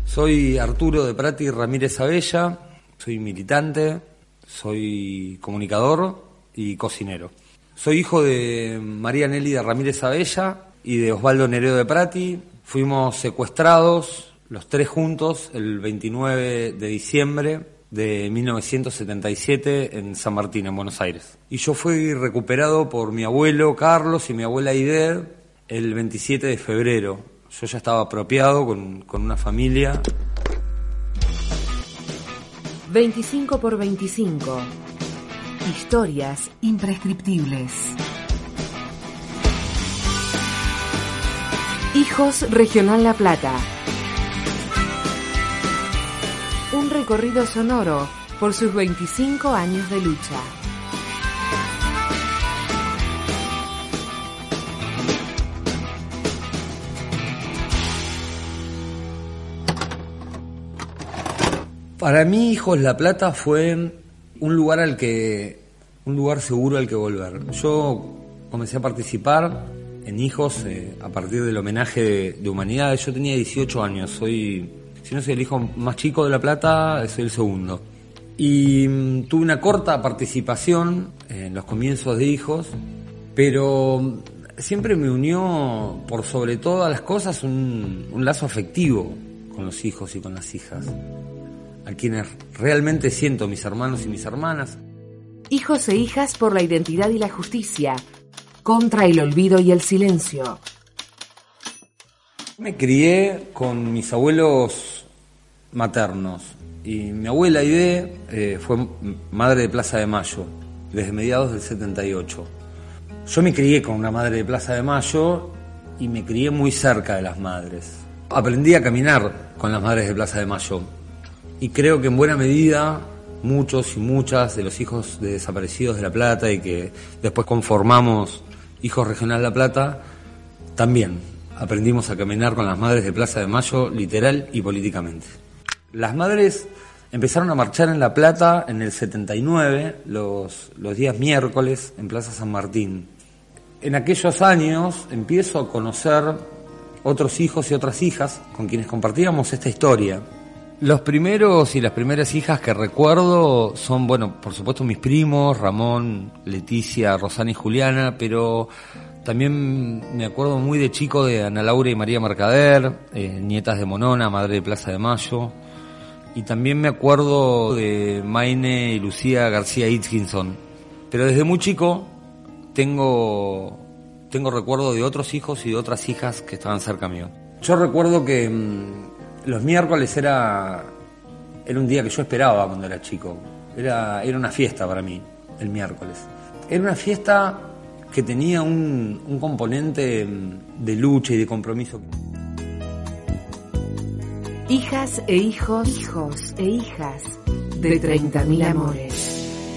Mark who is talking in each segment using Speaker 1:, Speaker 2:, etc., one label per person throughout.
Speaker 1: Soy Arturo de Prati Ramírez Abella, soy militante, soy comunicador y cocinero. Soy hijo de María Nélida Ramírez Abella y de Osvaldo Neredo de Prati. Fuimos secuestrados los tres juntos el 29 de diciembre de 1977 en San Martín, en Buenos Aires. Y yo fui recuperado por mi abuelo Carlos y mi abuela Aide el 27 de febrero. Yo ya estaba apropiado con una familia.
Speaker 2: 25 por 25. Historias imprescriptibles. Hijos Regional La Plata. Un recorrido sonoro por sus 25 años de lucha.
Speaker 1: Para mí, Hijos La Plata fue un lugar seguro al que volver. Yo comencé a participar en Hijos a partir del homenaje de Humanidades. Yo tenía 18 años, si no soy el hijo más chico de La Plata, soy el segundo. Y tuve una corta participación en los comienzos de Hijos, pero siempre me unió, por sobre todas las cosas, un lazo afectivo con los hijos y con las hijas, a quienes realmente siento mis hermanos y mis hermanas.
Speaker 2: Hijos e hijas por la identidad y la justicia, contra el olvido y el silencio.
Speaker 1: Me crié con mis abuelos maternos y mi abuela Aide fue madre de Plaza de Mayo desde mediados del 78. Yo me crié con una madre de Plaza de Mayo y me crié muy cerca de las madres. Aprendí a caminar con las madres de Plaza de Mayo. Y creo que en buena medida muchos y muchas de los hijos de desaparecidos de La Plata y que después conformamos Hijos Regional La Plata, también aprendimos a caminar con las madres de Plaza de Mayo, literal y políticamente. Las madres empezaron a marchar en La Plata en el 79, los días miércoles, en Plaza San Martín. En aquellos años empiezo a conocer otros hijos y otras hijas con quienes compartíamos esta historia. Los primeros y las primeras hijas que recuerdo son, por supuesto mis primos, Ramón, Leticia, Rosana y Juliana, pero también me acuerdo muy de chico de Ana Laura y María Mercader, nietas de Monona, madre de Plaza de Mayo, y también me acuerdo de Maine y Lucía García Itkinson. Pero desde muy chico tengo recuerdo de otros hijos y de otras hijas que estaban cerca mío. Yo recuerdo que los miércoles era un día que yo esperaba cuando era chico. Era una fiesta para mí, el miércoles. Era una fiesta que tenía un componente de lucha y de compromiso.
Speaker 2: Hijas e hijos, hijos e hijas de 30.000 amores.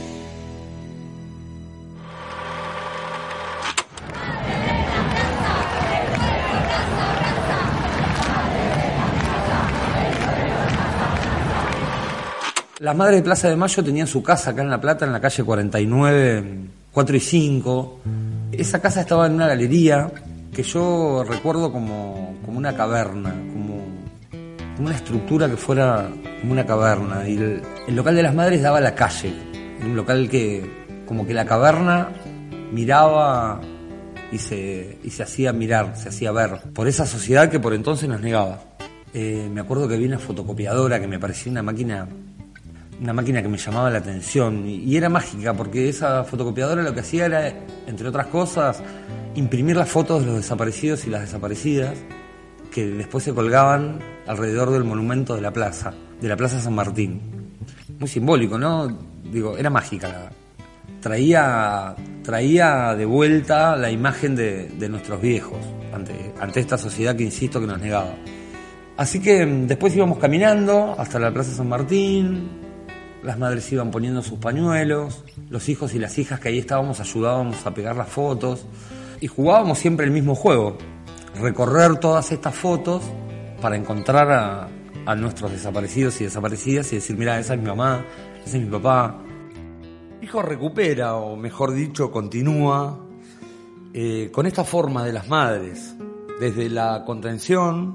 Speaker 1: Las madres de Plaza de Mayo tenían su casa acá en La Plata, en la calle 49, 4 y 5. Esa casa estaba en una galería que yo recuerdo como una caverna, como una estructura que fuera como una caverna. Y el local de las madres daba a la calle. Era un local que, como que la caverna miraba y se hacía mirar, se hacía ver por esa sociedad que por entonces nos negaba. Me acuerdo que había una fotocopiadora que me parecía una máquina que me llamaba la atención y era mágica porque esa fotocopiadora lo que hacía era, entre otras cosas, imprimir las fotos de los desaparecidos y las desaparecidas que después se colgaban alrededor del monumento de la Plaza San Martín. Muy simbólico, ¿no? Era mágica. Traía de vuelta la imagen de nuestros viejos ante esta sociedad que, insisto, que nos negaba. Así que después íbamos caminando hasta la Plaza San Martín. Las madres iban poniendo sus pañuelos, los hijos y las hijas que ahí estábamos ayudábamos a pegar las fotos y jugábamos siempre el mismo juego, recorrer todas estas fotos para encontrar a nuestros desaparecidos y desaparecidas y decir, mira, esa es mi mamá, ese es mi papá. Hijo recupera, o mejor dicho, continúa con esta forma de las madres, desde la contención,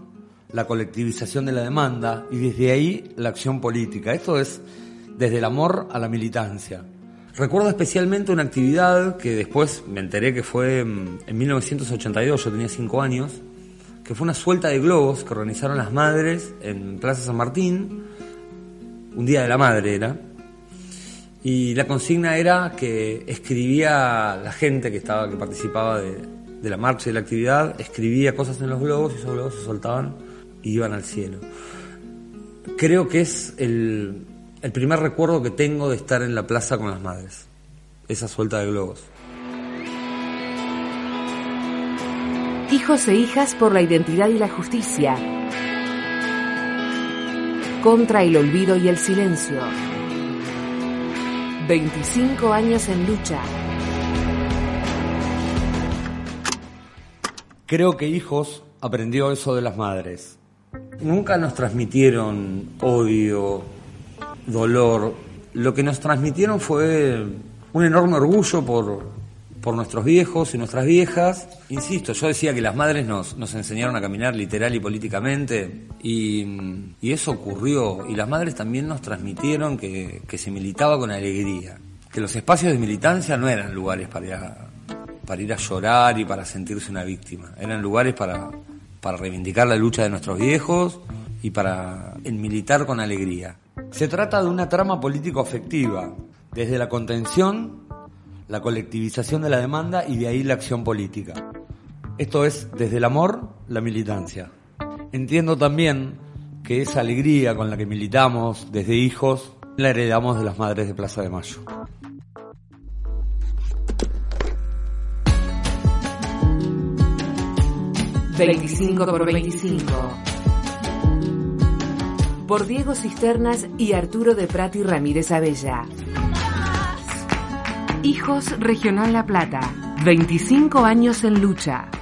Speaker 1: la colectivización de la demanda y desde ahí la acción política. Esto es desde el amor a la militancia. Recuerdo especialmente una actividad que después me enteré que fue en 1982, yo tenía 5 años, que fue una suelta de globos que organizaron las madres en Plaza San Martín, un día de la madre era, y la consigna era que escribía la gente que participaba de la marcha y de la actividad, escribía cosas en los globos y esos globos se soltaban y iban al cielo. Creo que es el primer recuerdo que tengo de estar en la plaza con las madres, esa suelta de globos.
Speaker 2: Hijos e hijas por la identidad y la justicia. Contra el olvido y el silencio. 25 años en lucha.
Speaker 1: Creo que Hijos aprendió eso de las madres. Nunca nos transmitieron odio, dolor. Lo que nos transmitieron fue un enorme orgullo por nuestros viejos y nuestras viejas. Insisto, yo decía que las madres nos enseñaron a caminar literal y políticamente y eso ocurrió. Y las madres también nos transmitieron que se militaba con alegría, que los espacios de militancia no eran lugares para ir a llorar y para sentirse una víctima. Eran lugares para reivindicar la lucha de nuestros viejos y para militar con alegría. Se trata de una trama político-afectiva, desde la contención, la colectivización de la demanda y de ahí la acción política. Esto es, desde el amor, la militancia. Entiendo también que esa alegría con la que militamos desde Hijos la heredamos de las madres de Plaza de Mayo.
Speaker 2: «25 por 25». Por Diego Cisternas y Arturo de Prat y Ramírez Abella. Hijos Regional La Plata. 25 años en lucha.